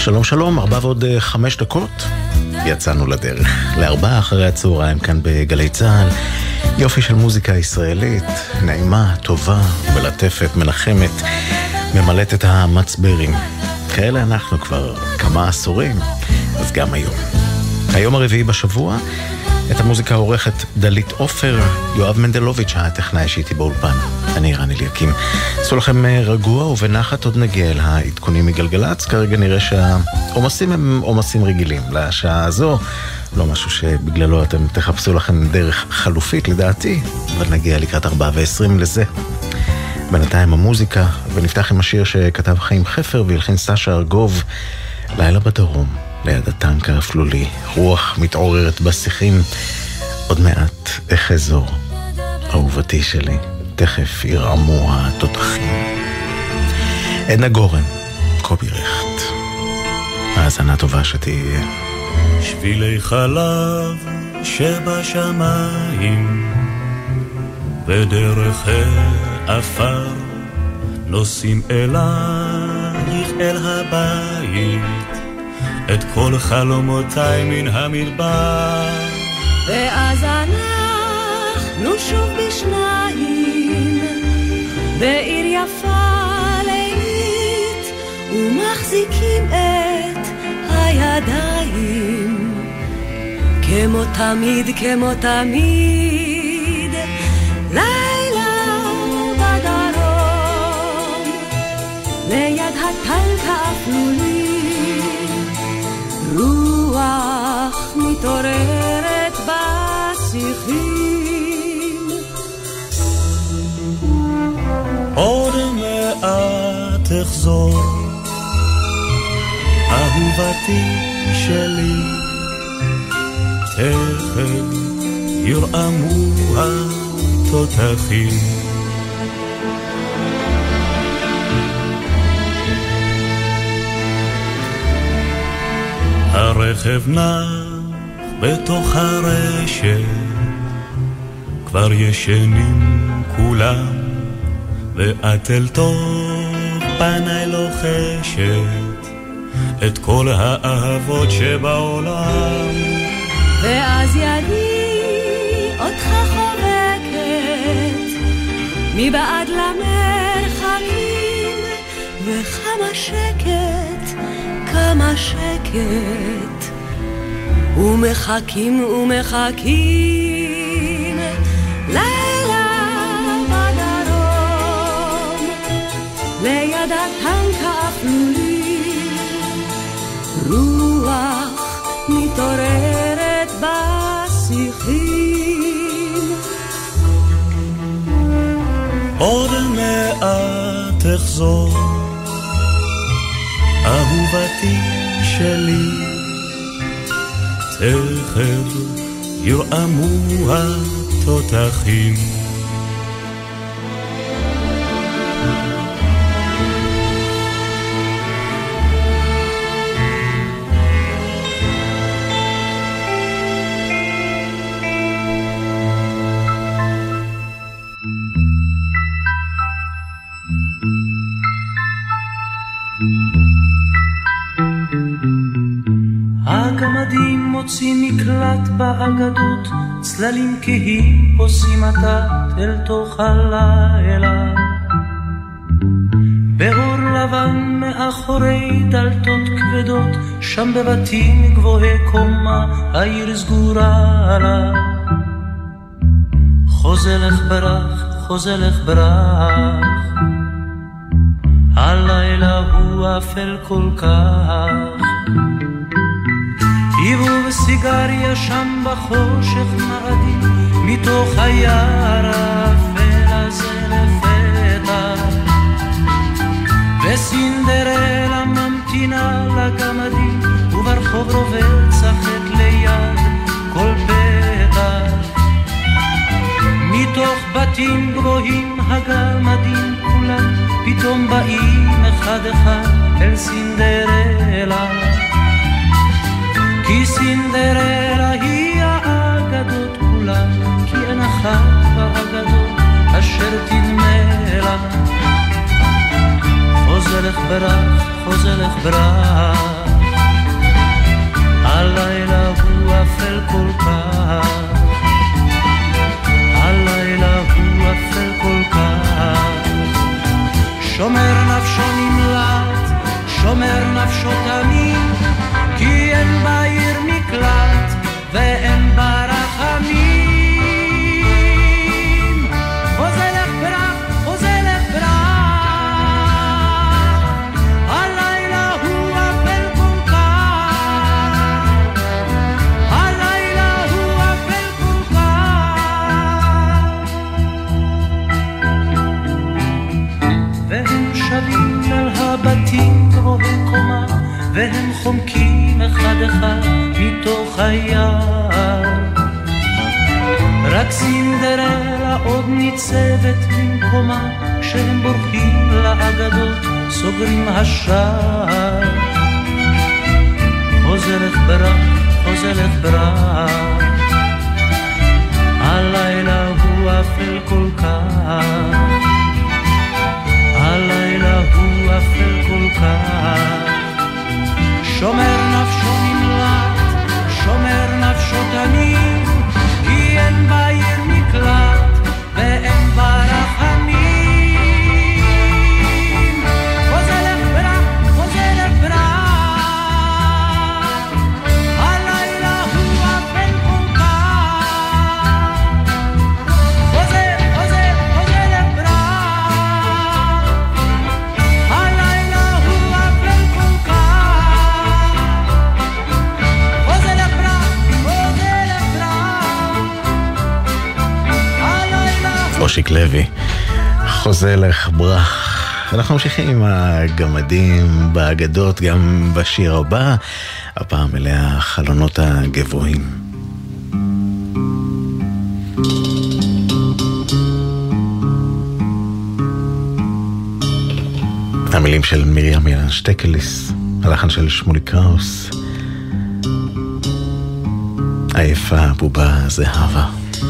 שלום שלום, 4:05, יצאנו לדרך, 4 אחרי הצהריים כאן בגלי צהל. יופי של מוזיקה ישראלית, נעימה, טובה, מלטפת, מנחמת, ממלאת את המצברים. כאלה אנחנו כבר כמה עשורים, אז גם היום. היום הרביעי בשבוע, את המוזיקה עורכת דלית עופר, יואב מנדלוביץ' הטכנאי שאיתי באולפן. אני רן אליקים. עשו לכם רגוע ובנחת, עוד נגיע אל העדכונים מגלגלץ. כרגע נראה שהעומסים הם עומסים רגילים לשעה הזו, לא משהו שבגללו אתם תחפשו לכם דרך חלופית לדעתי, אבל נגיע לקראת 4:20 לזה. בינתיים המוזיקה, ונפתח עם השיר שכתב חיים חפר והלחין סשה ארגוב, לילה בדרום, ליד הטנק האפלולי, רוח מתעוררת בשיחים, עוד מעט אחזור, אהובתי שלי, תכף ירעמו התותחים. עדנה גורן, קובי רכט, האזנה טובה שתהיה. שבילי חלב שבשמיים ודרך העפר נוסעים אלייך אל הבית, את כל חלומותיי מן המדבר. ואז אנחנו שוב בשניים בעיר יפה לילית, ומחזיקים את הידיים כמו תמיד, כמו תמיד. לילה בדרום ליד הטנק האפלולי, רוח מתעוררת בשיחים. עוד מעט תחזור, אהובתי שלי, תכף ירעמו התותחים. הרכב נח בתוך הרשת, כבר ישנים כולם, ואת אל תוך פניי לוחשת את כל האהבות שבעולם. ואז ידי אותך חובקת מבעד למרחקים, וכמה שקט, כמה שקט, ומחכים ומחכים. לילה בדרום ליד הטנק האפלולי, רוח מתעוררת בשיחים. עוד מעט תחזור, אהובתי שלי, תכף ירעמו התותחים. הגמדים מוצאים מקלט באגדות, צללים כהים עושים עתת אל תוך הלילה. באור לבן מאחורי דלתות כבדות, שם בבתים גבוהי קומה העיר סגורה לה. חוזלך ברח, חוזלך ברח, הלילה הוא אפל כל כך. עיבו וסיגריה שם בחושך מאדים, מתוך היער האפל הזה לפתע. וסינדרלה ממתינה לגמדים, וברחוב רובץ החט ליד כל פתח. מתוך בתים גבוהים הגמדים כולם פתאום באים אחד אחד אל סינדרלה. כי סינדרלה היא האגדות כולם, כי אין אחת באגדות אשר תדמה לה. חוזלך ברח, חוזלך ברח, חומקים אחד אחד מתוך היער. רק סינדרלה עוד ניצבת במקומה, כשהם בורחים לאגדות סוגרים השער. חוזרת ברח, הלילה הוא אפל כל כך, הלילה הוא אפל כל כך. שומר נפשו נמלט, שומר נפשו תנים, כי אין בעיר מקלט ואין בה רחמים. חוזרת ברח, הלילה הוא אפל כל כך. חוזרת ברח, הלילה הוא אפל כל כך. חוזרת ברח, אושיק לוי, חוזלך ברח. אנחנו ממשיכים עם הגמדים באגדות גם בשיר הבא, הפעם אלה החלונות הגבוהים. המילים של מרים ילן שטקליס, הלחן של שמולי קראוס, עייפה בובה זהבה.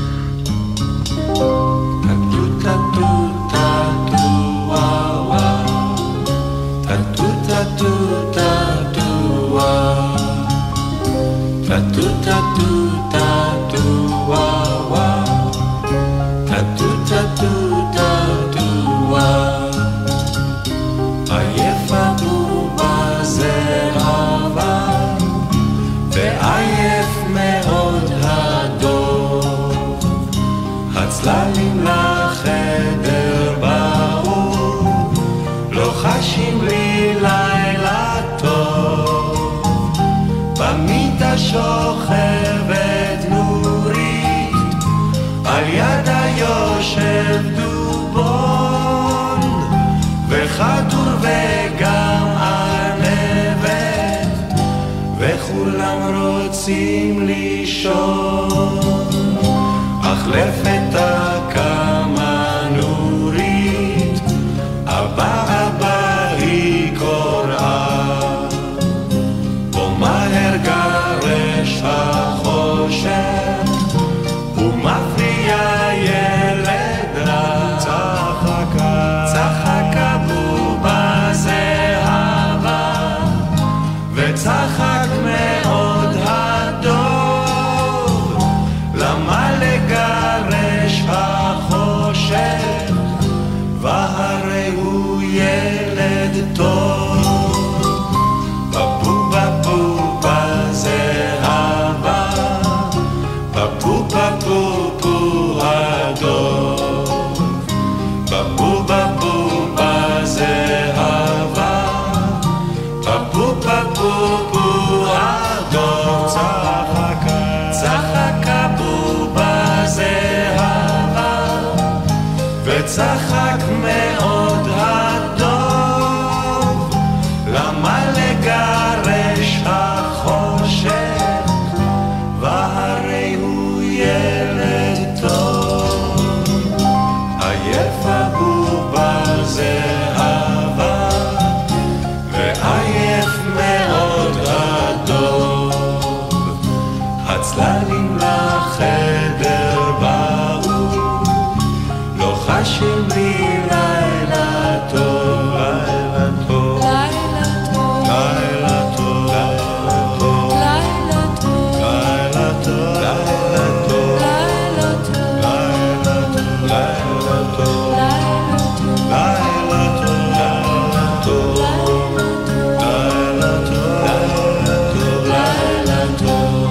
צללים לחדר באו, לא חשים לי לילה טוב. במיטה שוכבת נורית, על ידה יושב דובון, וחתור וגם ענבת, וכולם רוצים לישון. אך לפתע קמה נורית, אבא היא קוראה, בו מהר גרש החושך, ומפריע ילד רע. צחקה בובה זהבה, וצחק מאוד הדוב, למה לגרש החושך, והרי הוא ילד טוב. בבובה זהבה, בבובה הדוב, בבובה זהבה, בבובה הדוב. צחקה בובה זהבה, וצחק מאוד הדוב, למה לגרש החושך, והרי הוא ילד טוב. עייפה בובה זהבה, ועייף מאוד הדוב, הצללים לחדר באו, לא חשים לי לילה טוב. לילה טוב, לילה טוב, לילה טוב, לילה טוב, לילה טוב, לילה טוב, לילה טוב, לילה טוב.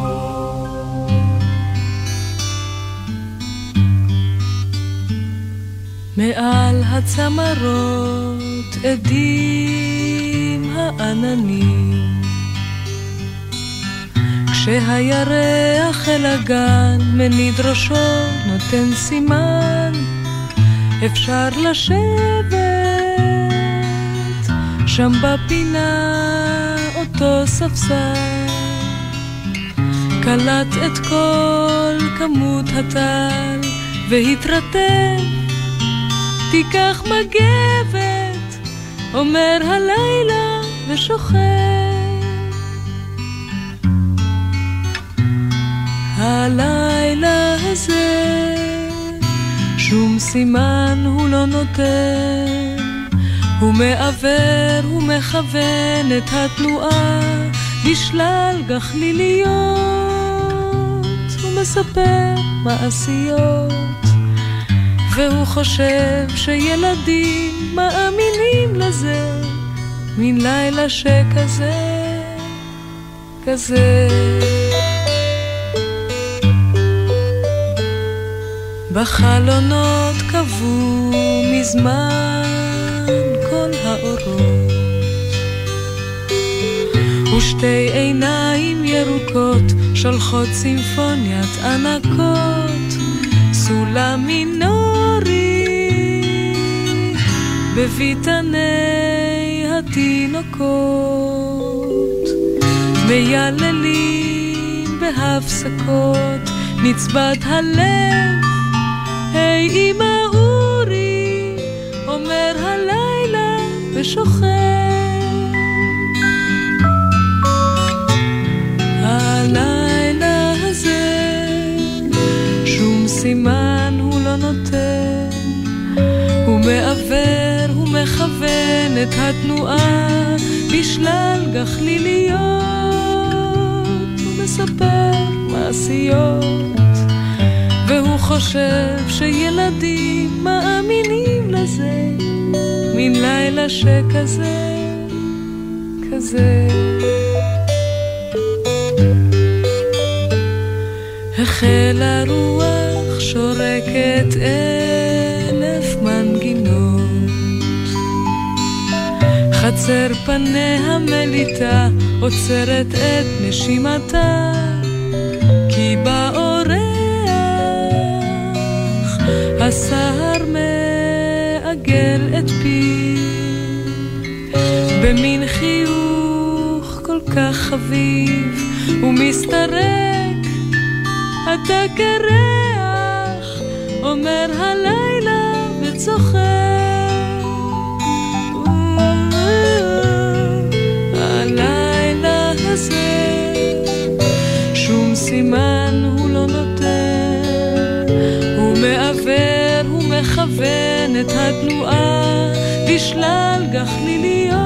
מעל הצמרות עדים העננים, כשהירח אל הגן מניד ראשו נותן סימן, אפשר לשבת שם בפינה, אותו אותו ספסל, קלט את כל כמות הטל והתרטב, תיקח מגבת, אומר הלילה ושוכב. הלילה הזה שום סימן הוא לא נותן, הוא מעבר, הוא מכוון את התנועה בשלל גחליליות, הוא מספר מעשיות, והוא חושב שילדים מאמינים לזה, מן לילה שכזה, כזה. בחלונות קבעו מזמן כל האורות, ושתי עיניים ירוקות שולחות סימפוניית ענקות, סולם מינורי בביתני התינוקות, מייללים בהפסקות נצבת הלב, היי אמא אורי, אומר הלילה ושוכב. הלילה הזה שום סימן הוא לא נותן, הוא מעבר, הוא מכוון את התנועה בשלל גחליליות, הוא מספר מעשיות, והוא חושב שילדים מאמינים לזה, מן לילה שכזה, כזה. החל הרוח שורקת 1000 מנגינות, חצר פניה מליטה עוצרת את נשימתה, כי באורח הסהר מעגל את פיו במין חיוך כל כך חביב, ומסתרק אתה קרח, אומר הלילה וצוחק. הלילה הזה שום סימן הוא לא נותן, הוא מעבר, הוא מכוון את התנועה בשלל גחליליות,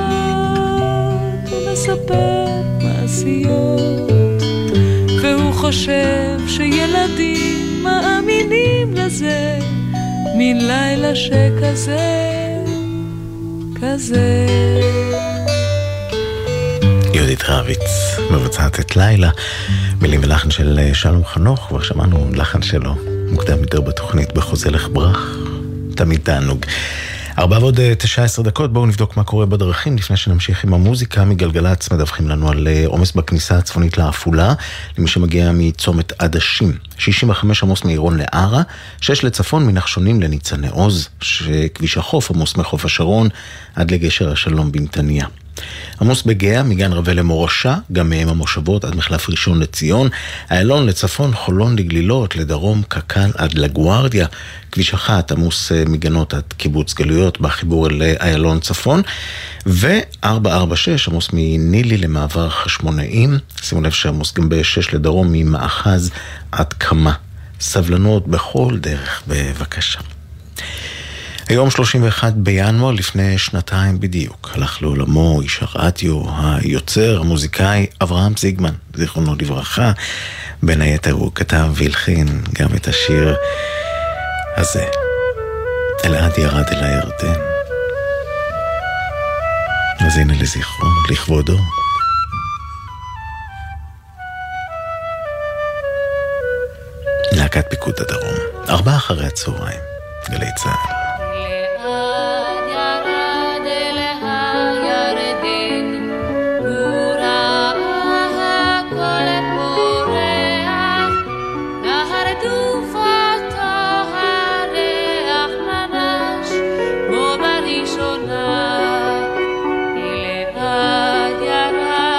הוא מספר מעשיות, והוא חושב שילדים מאמינים לזה, מן לילה שכזה, כזה. יהודית רביץ מבצעת את לילה, מילים ולחן של שלום חנוך, כבר שמענו לחן שלו מוקדם יותר בתוכנית בחוזה לך ברח, תמיד תענוג. 4:19, בואו נבדוק מה קורה בדרכים לפני שנמשיך עם המוזיקה. מגלגלץ מדווחים לנו על עומס בכניסה הצפונית לעפולה, למי שמגיע מצומת עדשים. 65 עמוס מעירון לערה, 6 לצפון מנחשונים לניצני עוז, שכביש החוף עמוס מחוף השרון עד לגשר השלום בנתניה. עמוס בגאה מגן רווה למורשה, גם מהם המושבות עד מחלף ראשון לציון, איילון לצפון, חולון לגלילות, לדרום קקל עד לגוארדיה, כביש 1 עמוס מגנות עד קיבוץ גלויות בחיבור אל איילון צפון, ו-446 עמוס מנילי למעבר חשמונאים, שימו לב שעמוס גם ב-6 לדרום ממאחז עד כמה. סבלנות בכל דרך בבקשה. היום 31 בינואר, לפני שנתיים בדיוק, הלך לעולמו איש הרדיו, היוצר, המוזיקאי אברהם זיגמן, זיכרונו לברכה. בין היתר הוא כתב והלחין גם את השיר הזה, אלעד ירד אל הירדן. אז הנה לזכרו, לכבודו. להקת פיקוד הדרום, 4:00 גלי צהל. בראשונה, אלעד ירד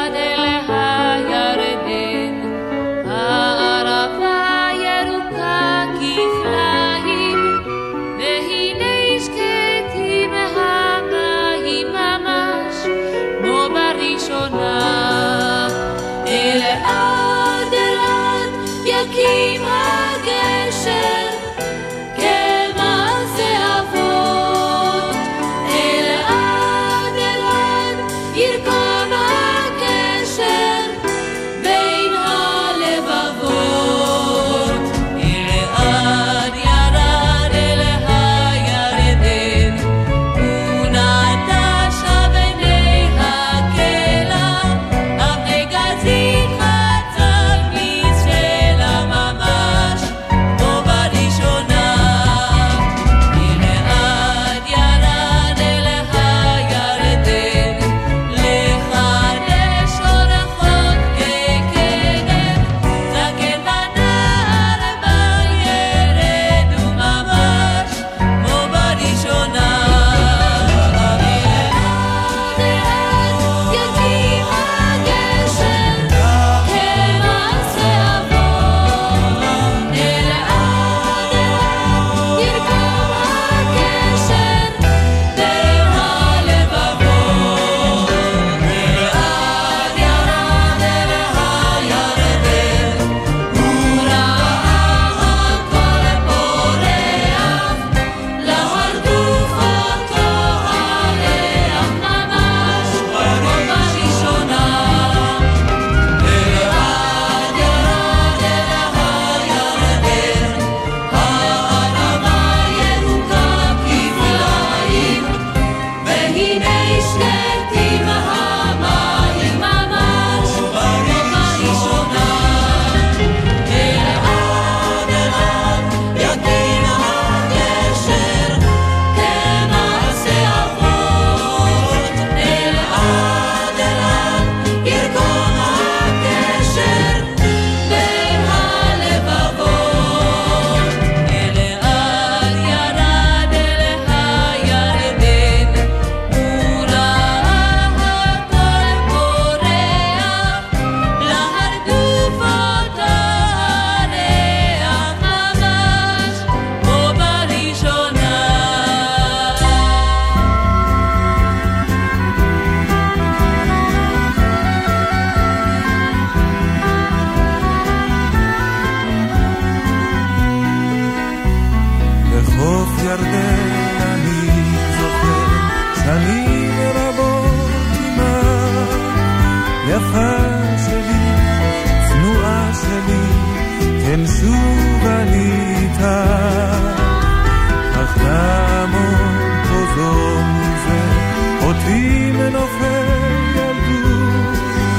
ירדן אני זוכר שנים רבות עימה, יפה שלי, צנועה שלי, כן שוב אני איתה, אך נעמוד פה זו מזה, אותי מנופי ילדות,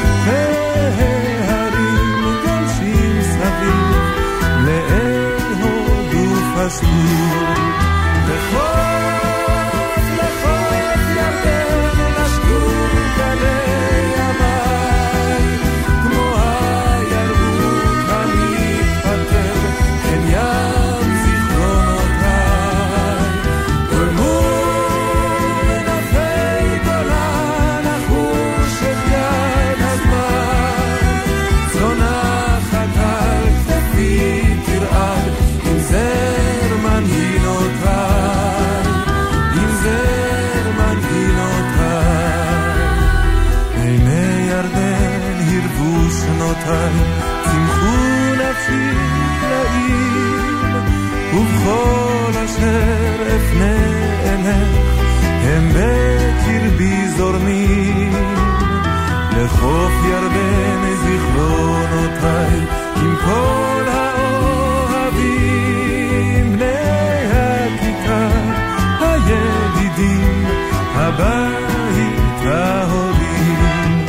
וההרים גולשים סביב, לאל הודו פשטות, לחוף, לחוף ירדן, נשקו גלי המים, כמו הירוק המתפתל, כן ים זיכרונותיי, ולמול מנופי גולן, אחוש את יד הזמן, צונחת על כתפי תרעד, עם זר מנהינותיי, עם זר מנהינותיי. עיני ירדן הרבו שנותיי, צמחו נפשי לעיר, ובכל אשר אפנה אלך, הם בקרבי זורמים, לחוף ירדן זיכרונותיי, עם כל האוהבים, בני הכיתה, הידידים, הבית ההורים,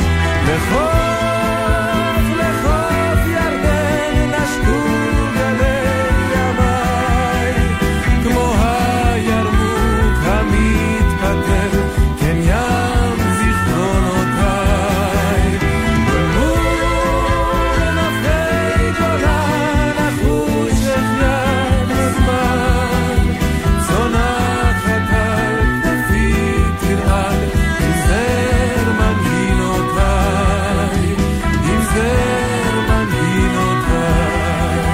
לחוף, לחוף ירדן, נשקו גלי המים, כמו הירמוק המתפתל, כן ים זיכרונותיי, ולמול מנופי גולן, אחוש את יד הזמן, צונחת על כתפי תרעד, עם זר מנהינותיי, עם זר מנהינותיי.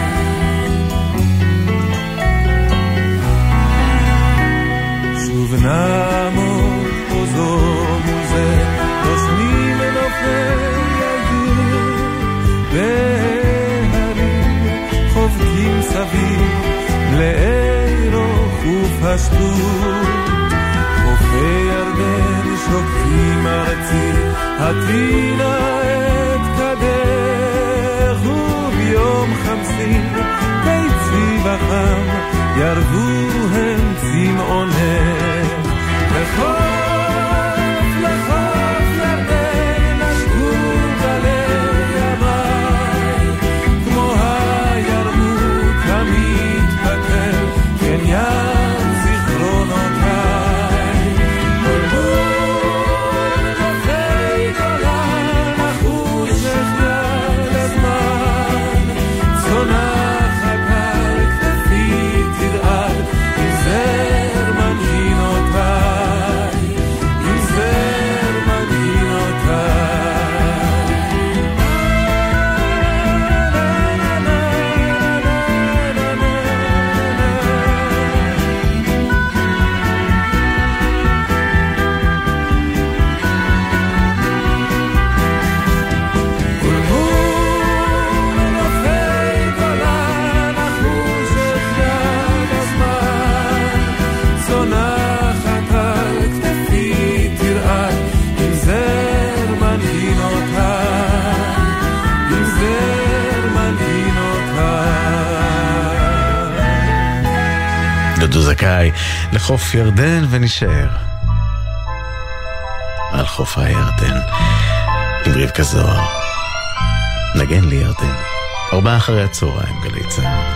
שוב נעמוד פה זו מול זה, נושמים מנופי ילדות, והרים חובקים סביב, לארוך ופשטות, חופי ירדן שוקטים ארצי, הטרינה את קדך, וביום חמסי קיצי בחם, ירבו הם צמאונך, לחוף, לחוף ירדן, נשקו גלי המים, כמו הירמוק המתפתל, כן ים זיכרונותיי, ולמול מנופי גולן, אחוש את יד הזמן, צונחת על כתפי תרעד, עם זר מנהינותיי, עם זר מנהינותיי. ולמול מנופי גולן, אחוש את יד הזמן, צונחת על כתפי תרעד, עם זר מנהינותיי, עם זר מנהינותיי. דודו זכאי, לחוף ירדן ונשאר על חוף הירדן עם רבקה זוהר, נגן לי ירדן, 4 אחרי הצהריים, גלי צהר.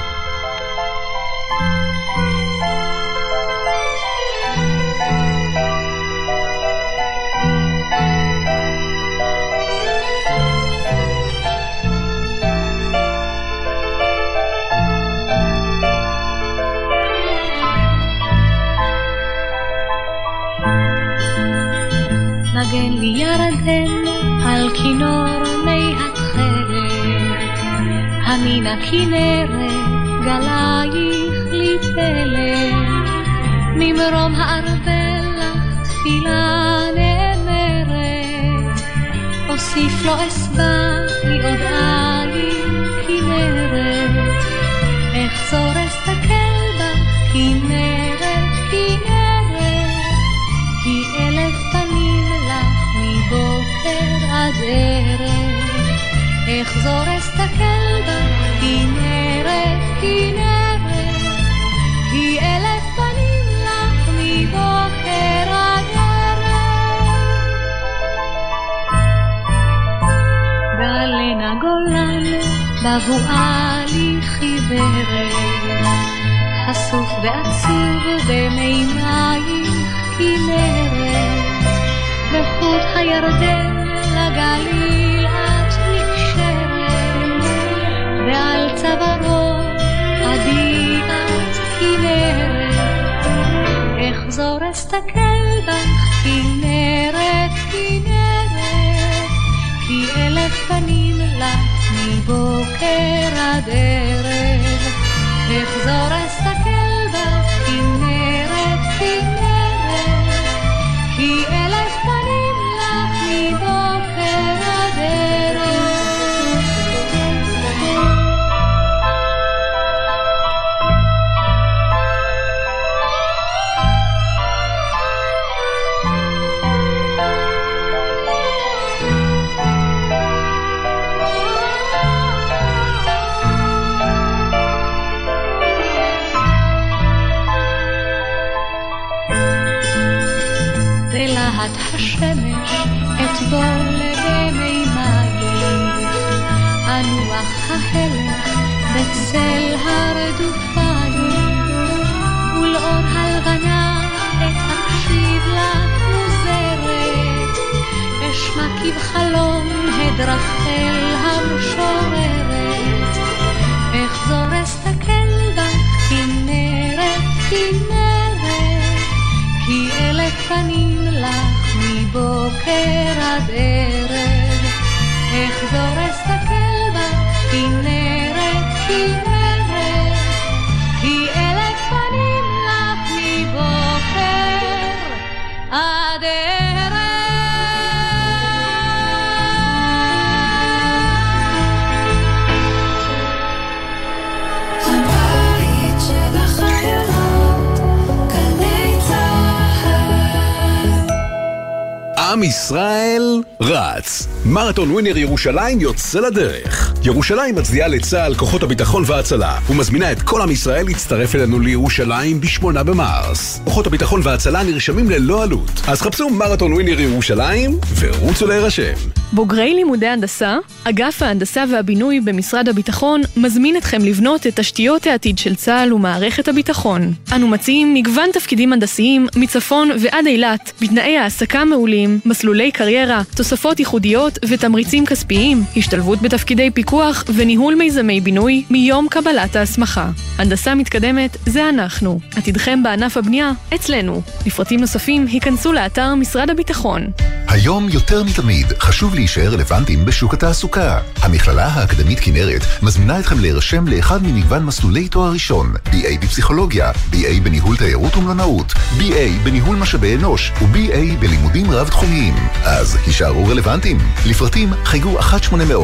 נגן לי ירדן על כינור מי התכלת, המן הכנרת גלייך לי פלט, ממרום הארבלה תפילה נאמרת, אוסיף לו אסבע לי עוד עין כנרת, אחזור אסתכל בה כנרת אחזור אסתכל בה, כנרת, כנרת, כי אלף פנים לך מבוקר עד ערב. גלנה גולן בבואה לי חיוורת, חשוף ועצוב במימייך כנרת, בחוט הירדן לגליל את נקשרת, ועל צווארו עדי את כנרת. אחזור אסתכל בך כנרת, כנרת, כי אלף פנים לך מבוקר עד ערב. אחזור אסתכל בך כנרת, כנרת, כי אלף פנים לך מבוקר עד ערב. בלהט השמש אטבול במימייך, אנוח ההלך בצל הרדופיים, ולאור הלבנה אקשיב לך מוזרת, אשמע כבחלום הדרחל המשוררת. אחזור אסתכל בך כנרת, כנרת, כי אלף פנים לך מבוקר עד ערב. אחזור אסתכל בך כנרת, כנרת, כי אלף פנים לך מבוקר עד ערב. הבית של החיילות, גלי צהל. עם ישראל רץ. מרתון ווינר ירושלים יוצא לדרך. ירושלים מצדיעה לצה"ל, כוחות הביטחון וההצלה, ומזמינה את כל עם ישראל להצטרף אלינו לירושלים ב8 במרס. כוחות הביטחון וההצלה נרשמים ללא עלות. אז חפשו מרתון ווינר ירושלים ורוצו להירשם. בוגרי לימודי הנדסה, אגף ההנדסה והבינוי במשרד הביטחון מזמין אתכם לבנות את תשתיות העתיד של צה"ל ומערכת הביטחון. אנו מציעים מגוון תפקידים הנדסיים מצפון ועד אילת, בתנאי העסקה מעולים, מסלולי קריירה, תוספות ייחודיות ותמריצים כספיים, השתלבות בתפקידי פיקוח וניהול מיזמי בינוי מיום קבלת ההסמכה. הנדסה מתקדמת זה אנחנו. עתידכם בענף הבנייה אצלנו. לפרטים נוספים היכנסו לאתר משרד הביטחון. היום יותר מתמיד חשוב להישאר רלוונטיים בשוק התעסוקה. המכללה האקדמית כנרת מזמינה אתכם להירשם לאחד ממגוון מסלולי תואר ראשון, BA בפסיכולוגיה, BA בניהול תיירות ומלונאות, BA בניהול משאבי אנוש ו-BA בלימודים רב-תחומיים. אז הישארו רלוונטיים. לפרטים חייגו 1-800-2090-20.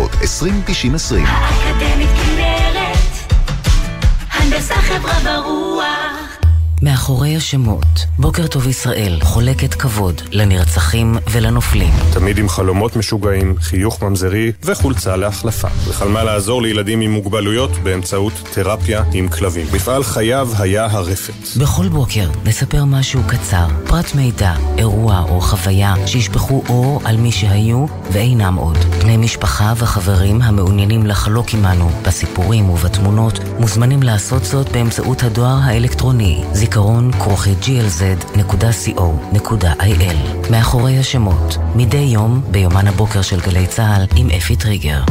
האקדמית כנרת, הנדסה חברה ברוח. מאחורי השמות, בוקר טוב ישראל חולקת כבוד לנרצחים ולנופלים. תמיד עם חלומות משוגעים, חיוך ממזרי וחולצה להחלפה. וחלמה לעזור לילדים עם מוגבלויות באמצעות תרפיה עם כלבים. מפעל חייו היה הרפת. בכל בוקר נספר משהו קצר, פרט מידע, אירוע או חוויה שישפכו אור על מי שהיו ואינם עוד. בני משפחה וחברים המעוניינים לחלוק עמנו בסיפורים ובתמונות מוזמנים לעשות זאת באמצעות הדואר האלקטרוני zikaron@glz.co.il. מאחורי השמות, מדי יום ביומן הבוקר של גלי צהל עם אפי טריגר.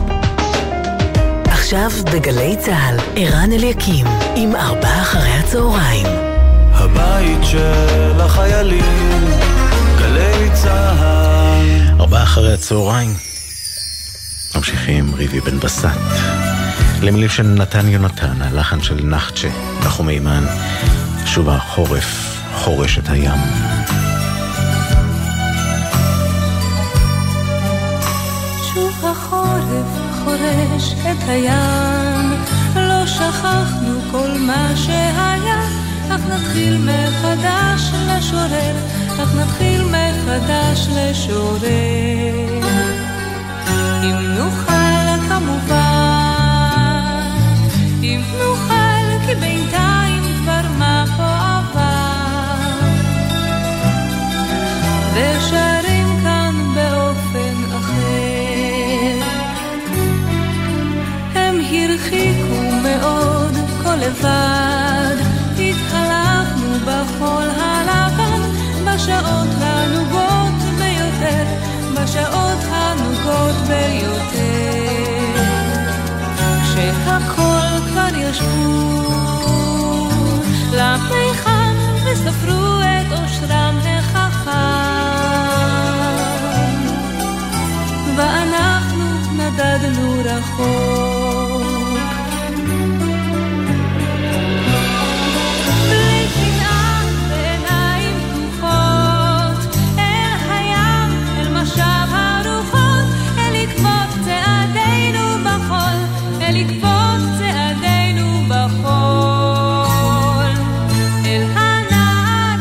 עכשיו בגלי צהל, ערן אליקים עם 4:00 הבית של החיילים, גלי צהל. 4:00. ממשיכים ריבי בן בסט. למילים של נתן יונתן, הלחן של נחצ'ה, נחום אימן, שוב החורף, חורש את הים. שוב החורף חורש את הים, לא שכחנו כל מה שהיה, אך נתחיל מחדש לשורר, אך נתחיל מחדש לשורר. אם נוכל כמובן, אם נוכל כי בינתיים כבר מה פה עבר, ושרים כאן באופן אחר. הם הרחיקו מאוד כל לבד, התהלכנו בחול הלבן, בשעות הנוגות ביותר, בשעות הנוגות ביותר. כשהכל כבר ישבו לפניכם וספרו את אושרם החכם, ואנחנו נדדנו רחוק. לקפוץ צעדינו בחול אל הנער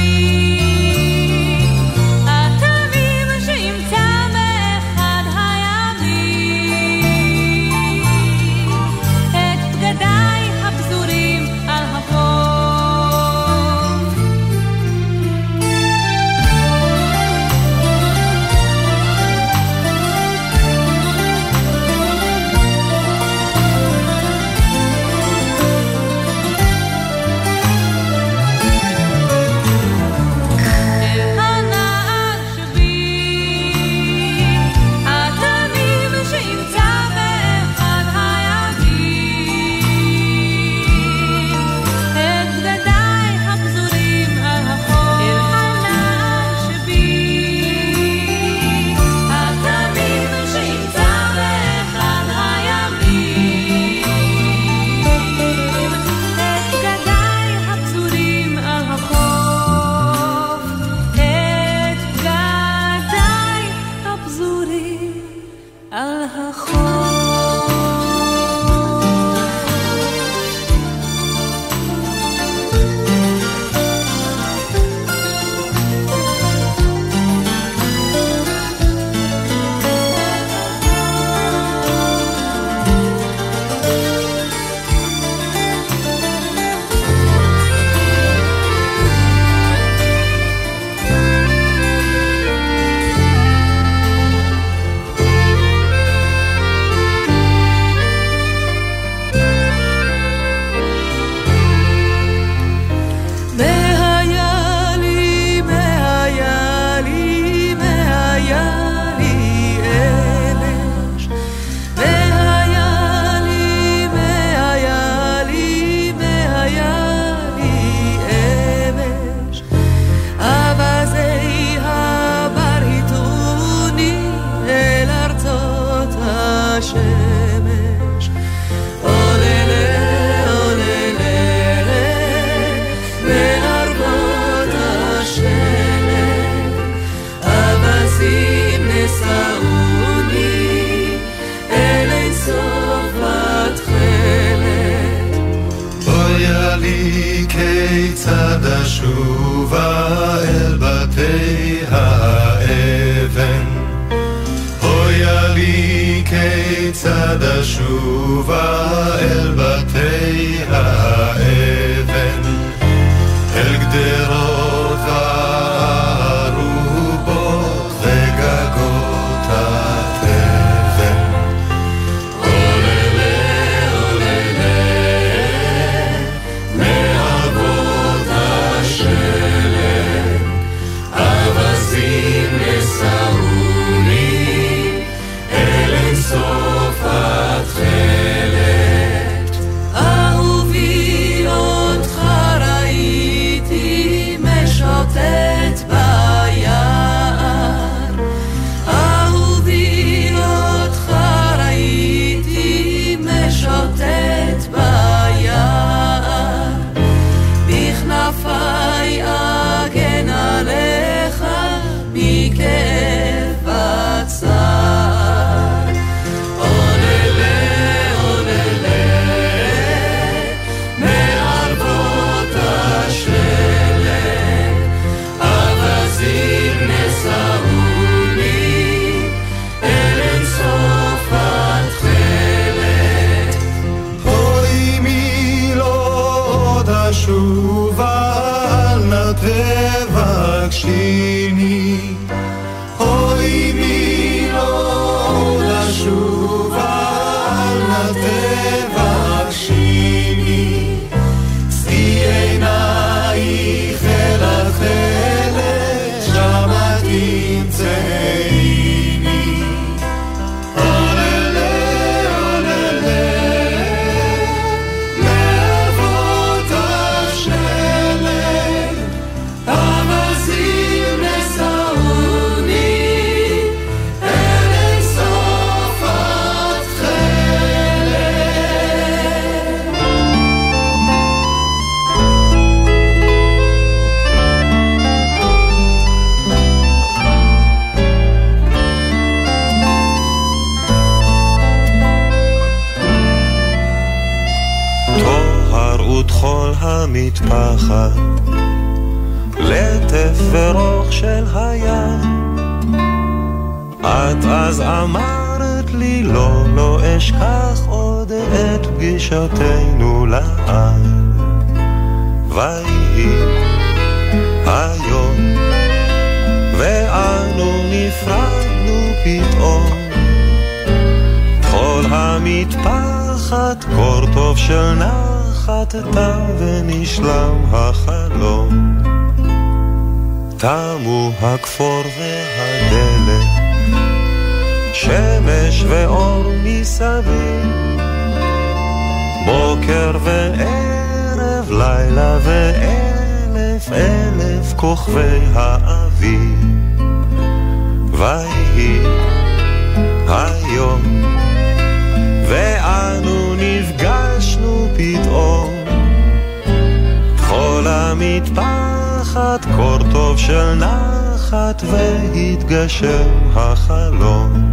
שבי, התמים שימצא באחד הימים את בגדיי הפזורים על החוף. מהרבות השלג נשובה אל נא תבקשיני אוי מי לא נשובה אל נא תבקשיני שיא עינייך אל התכלת שמה תמצאיני עוללה עוללה להבות השלג אווזים נסעוני אל אינסוף התכלת טוהר ודחול המטפחת לטף ורוח של הים את אז אמרת לי לא, לא אשכח עוד את פגישתנו לעד ויהי היום ואנו נפרדנו פתאום כל המטפחת קור טוב של נחת תם ונשלם החלום תמו הכפור והדלת שמש ואור מסביב בוקר וערב לילה ואלף אלף כוכבי האביב ויהי היום ואנו נפגשנו פתאום כל המטפחת קור טוב של נחת והתגשם החלום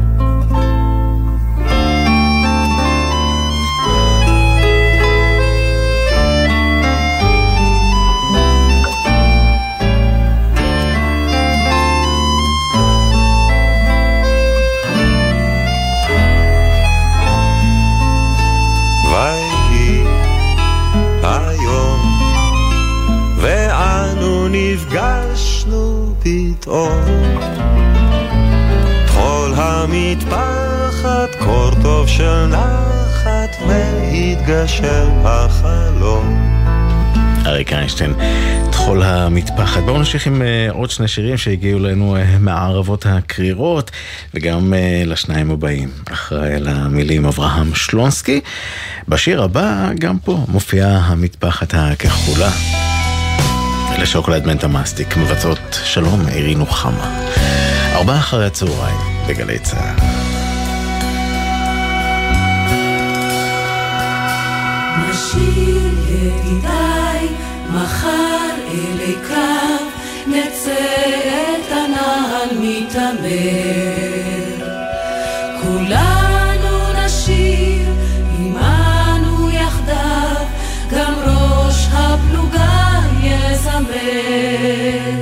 נפגשנו פתאום כל המטפחת קור טוב של נחת והתגשם החלום אריק איינשטיין, תחול המטפחת. בואו נמשיך עם עוד שני שירים שהגיעו לנו מהערבות הקרירות וגם לשניים הבאים אחרי למילים אברהם שלונסקי. בשיר הבא גם פה מופיעה המטפחת הכחולה לשוקולד מנטה מסטיק, מבצעות שלום עירינו חמה 4 אחרי הצהריים בגלי צהל. נשיר ידידיי מחר אלי קרב נצא את הנעל מתעמר כולנו נשיר עמנו יחדיו גם ראש הפלוגה יזמר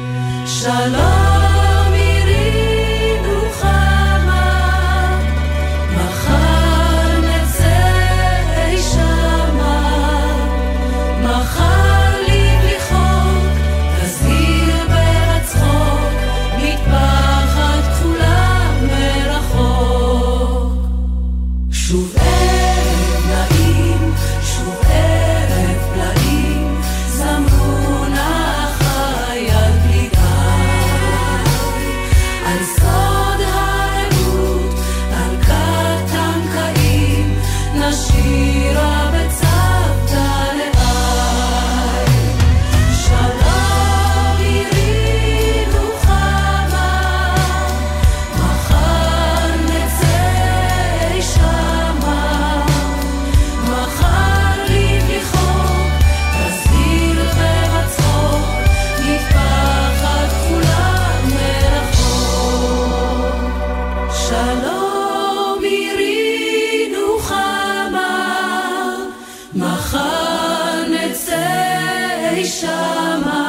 שלום עירינו חמה מחר נצא אי שמה מחר לבלי חוק תזהיר ברצחוק מטפחת כחולה מרחוק שוב ערב נעים שוב ערב פלאים זמרו נא חייל פליגי על סוד הרעות על קטן קאים נשירה בצוותא לאי שלום עירינו חמה מחר נצא אי שמה מחר לבלי חוק תזהיר ברצחוק מטפחת כחולה מרחוק שלום עירינו חמה מחר נצא אי שמה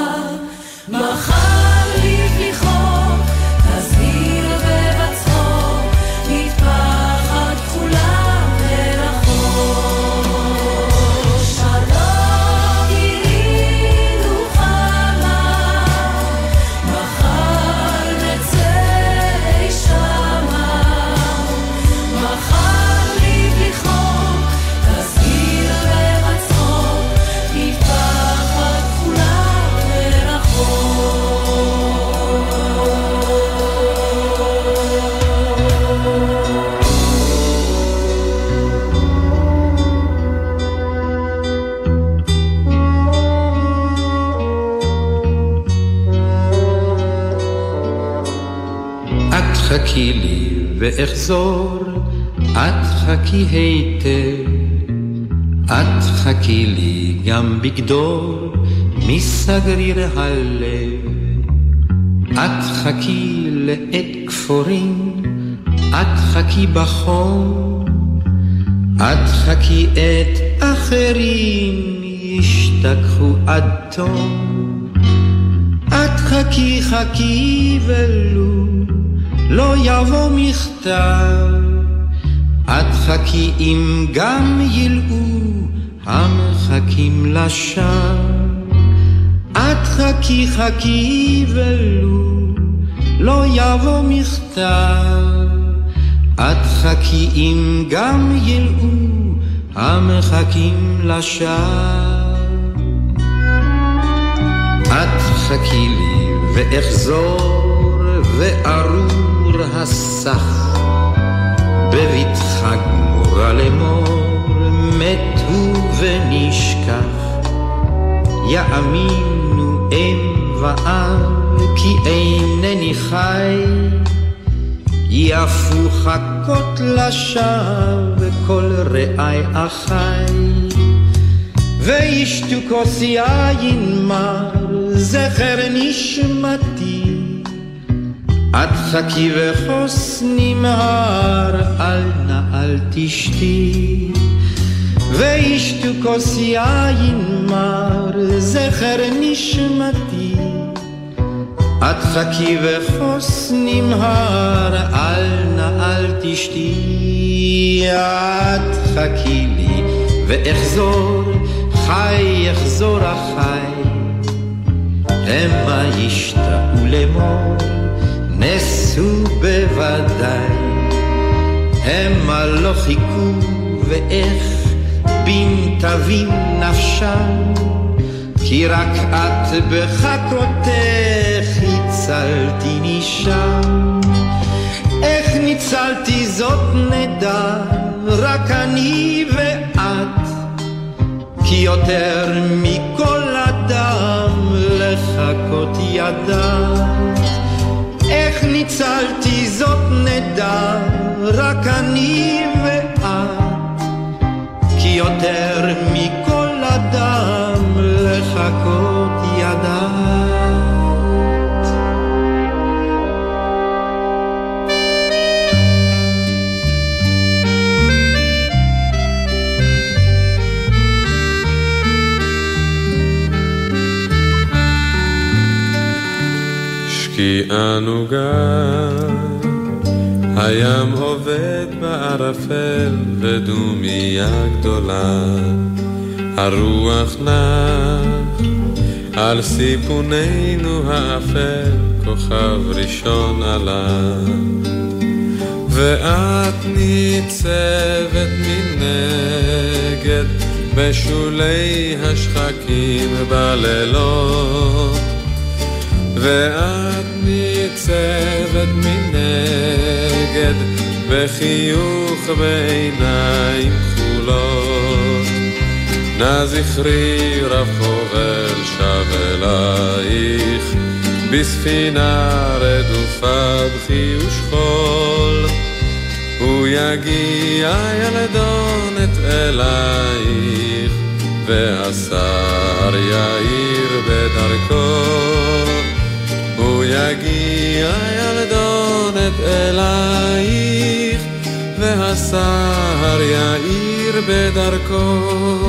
מחר לבלי חוק תזהיר ברצחוק מטפחת כחולה מרחוק שלום חכי לי ואחזור, את חכי היטב, את חכי לי גם בגדול מסגריר הלב, את חכי לעת כפורים, את חכי בחום, את חכי את אחרים ישתכחו עד תום, את חכי חכי ולו לא יבוא מכתב, את חכי אם גם ילאו המחכים לשווא, את חכי חכי ולו לא יבוא מכתב, את חכי אם גם ילאו המחכים לשווא, את חכי לי ואחזור וארור הסך בבטחה גמורה לאמור מתו ונשכח, יאמינו אם ואב כי אינני חי, יפו חכות לשווא כל רעי אחי, וישתו כוס יין מר זכר נשמתי, את חכי וחוס נמהר אל נא אל תשתי, וישתו כוס יין מר זכר נשמתי, את חכי וחוס נמהר אל נא אל תשתי, את חכי לי ואחזור חי יחזור החי, המה ישתאו לאמור נסו בוודאי, המה לא חיכו ואיך בין תבין נפשם, כי רק את בחכותך הצלתי נשם, איך ניצלתי זאת נדע רק אני ואת, כי יותר מכל אדם לחכות ידעת, איך ניצלתי זאת נדע רק אני ואת, כי יותר מכל אדם לחכות ידעת. שקיעה נוגה, הים עובד בערפל ודומיה גדולה, הרוח נח על סיפוננו האפל, כוכב ראשון עלה, ואת ניצבת מנגד בשולי השחקים בלילות, ואת ניצבת מנגד בחיוך בעיניים כחולות, נא זכרי רב חובל שב אלייך בספינה רדופה בכי ושכול, הוא יגיע ילדונת אלייך והשר יאיר בדרכו, הוא יגיע ילדונת אלייך והשר יאיר בדרכו.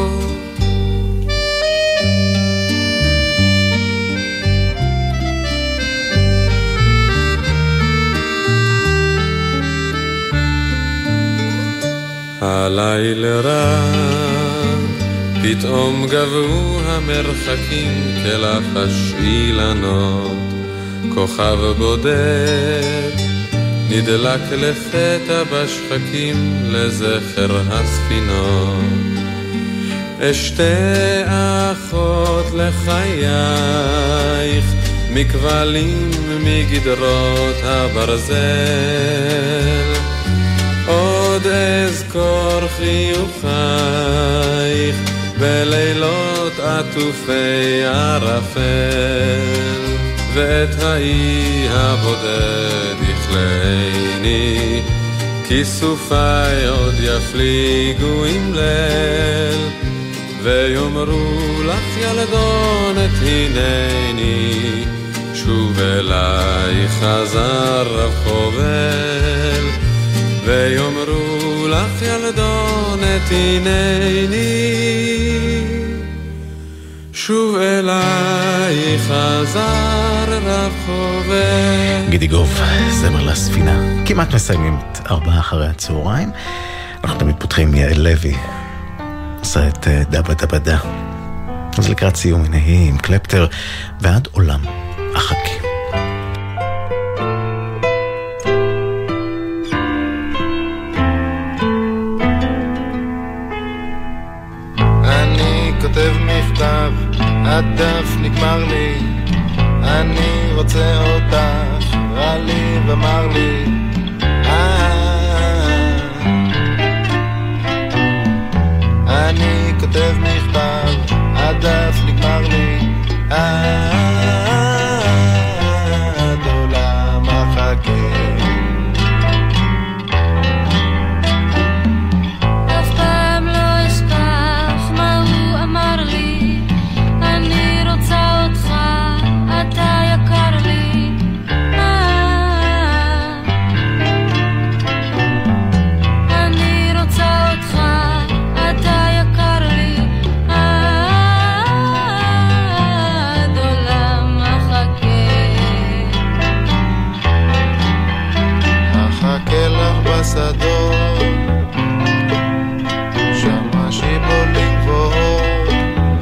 הלילה רע פתאום גבו המרחקים כלחש אילנות, כוכב בודד נדלק לפתע בשחקים לזכר הספינות, אשתי אחות לחייך מכבלים מגדרות הברזל, עוד אזכור חיוכייך בלילות עטופי ערפל, ואת האי הבודד יכלני, כי סופי עוד יפליגו עם ליל, ויאמרו לך ילדונת הנני, שוב אליי חזר רב חובל, ויאמרו לך ילדונת הנני, שוב אליי חזר רב חובל. גידי גוב, זמר לספינה. כמעט מסיימים את 16:00. אנחנו תמיד פותחים יעל לוי, עושה את דבה דבה דה. אז לקראת סיום, הנה היא עם קלפטר ועד עולם אחכה. אני כותב מכתב, הדף נגמר לי, אני רוצה אותך, רע לי ומר לי, אני כותב מכתב, הדף נגמר לי, עד עולם אחכה. אף פעם לא אשכח מה הוא אמר לי, אני רוצה אותך, אתה יקר לי, אני רוצה אותך, אתה יקר לי, עד עולם אחכה. אחכה לך בשדות, שמה שיבולים גבוהות,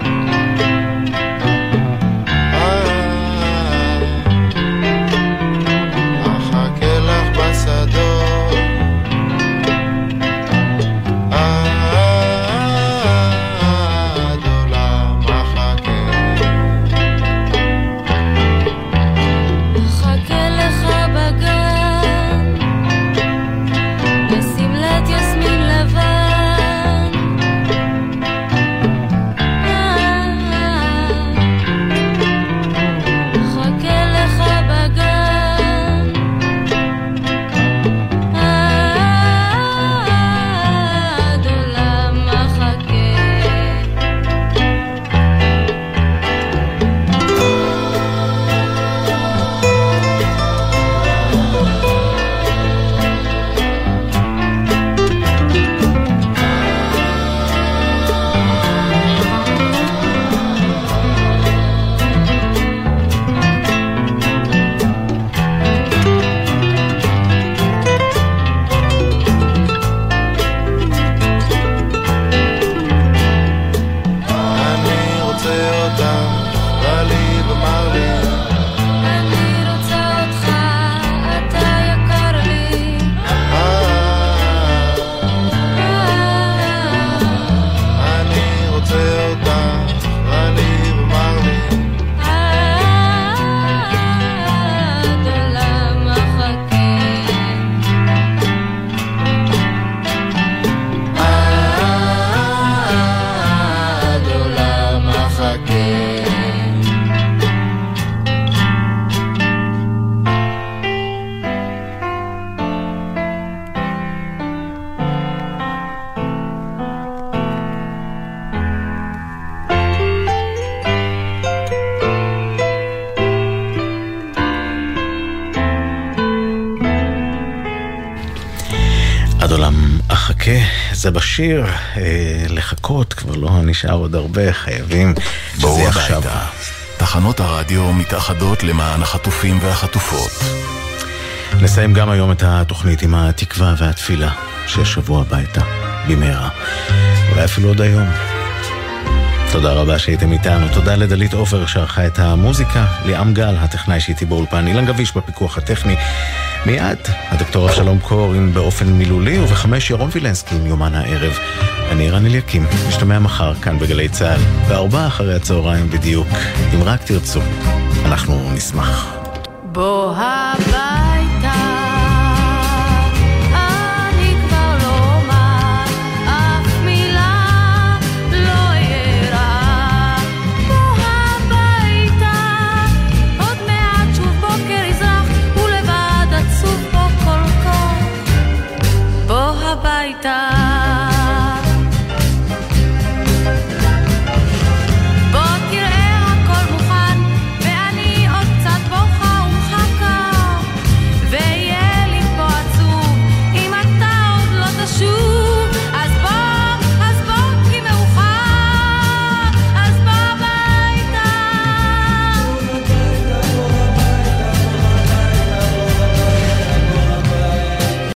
אחכה לך בשדות, עד עולם אחכה. אחכה לך בגן, בשמלת יסמין לבן, אחכה לך בגן, עד עולם אחכה. אני רוצה אותך, רע לי ומר לי, אני רוצה אותך, אתה יקר לי, אני רוצה אותך, רע לי ומר לי, עד עולם אחכה. עד עולם אחכה. עד עולם אחכה, זה בשיר, לחכות, כבר לא נשאר עוד הרבה, חייבים שזה בואו עכשיו. הביתה. תחנות הרדיו מתאחדות למען החטופים והחטופות. נסיים גם היום את התוכנית עם התקווה והתפילה, ששבוע הביתה, במהרה. אולי אפילו עוד היום. תודה רבה שהייתם איתנו, תודה לדלית עופר שערכה את המוזיקה, ליאם גל, הטכנאי שהייתי באולפן, אילן גביש בפיקוח הטכני, מיד הדוקטור אבשלום קורין באופן מילולי, וב-5 ירון וילנסקי עם יומן הערב. אני רן אליקים, נשתמע מחר כאן בגלי צהל, ב16:00 בדיוק, אם רק תרצו, אנחנו נשמח. בוא הביתה, אני כבר לא אומר אף מילה, לא יהיה רע. בוא הביתה, עוד מעט הביתה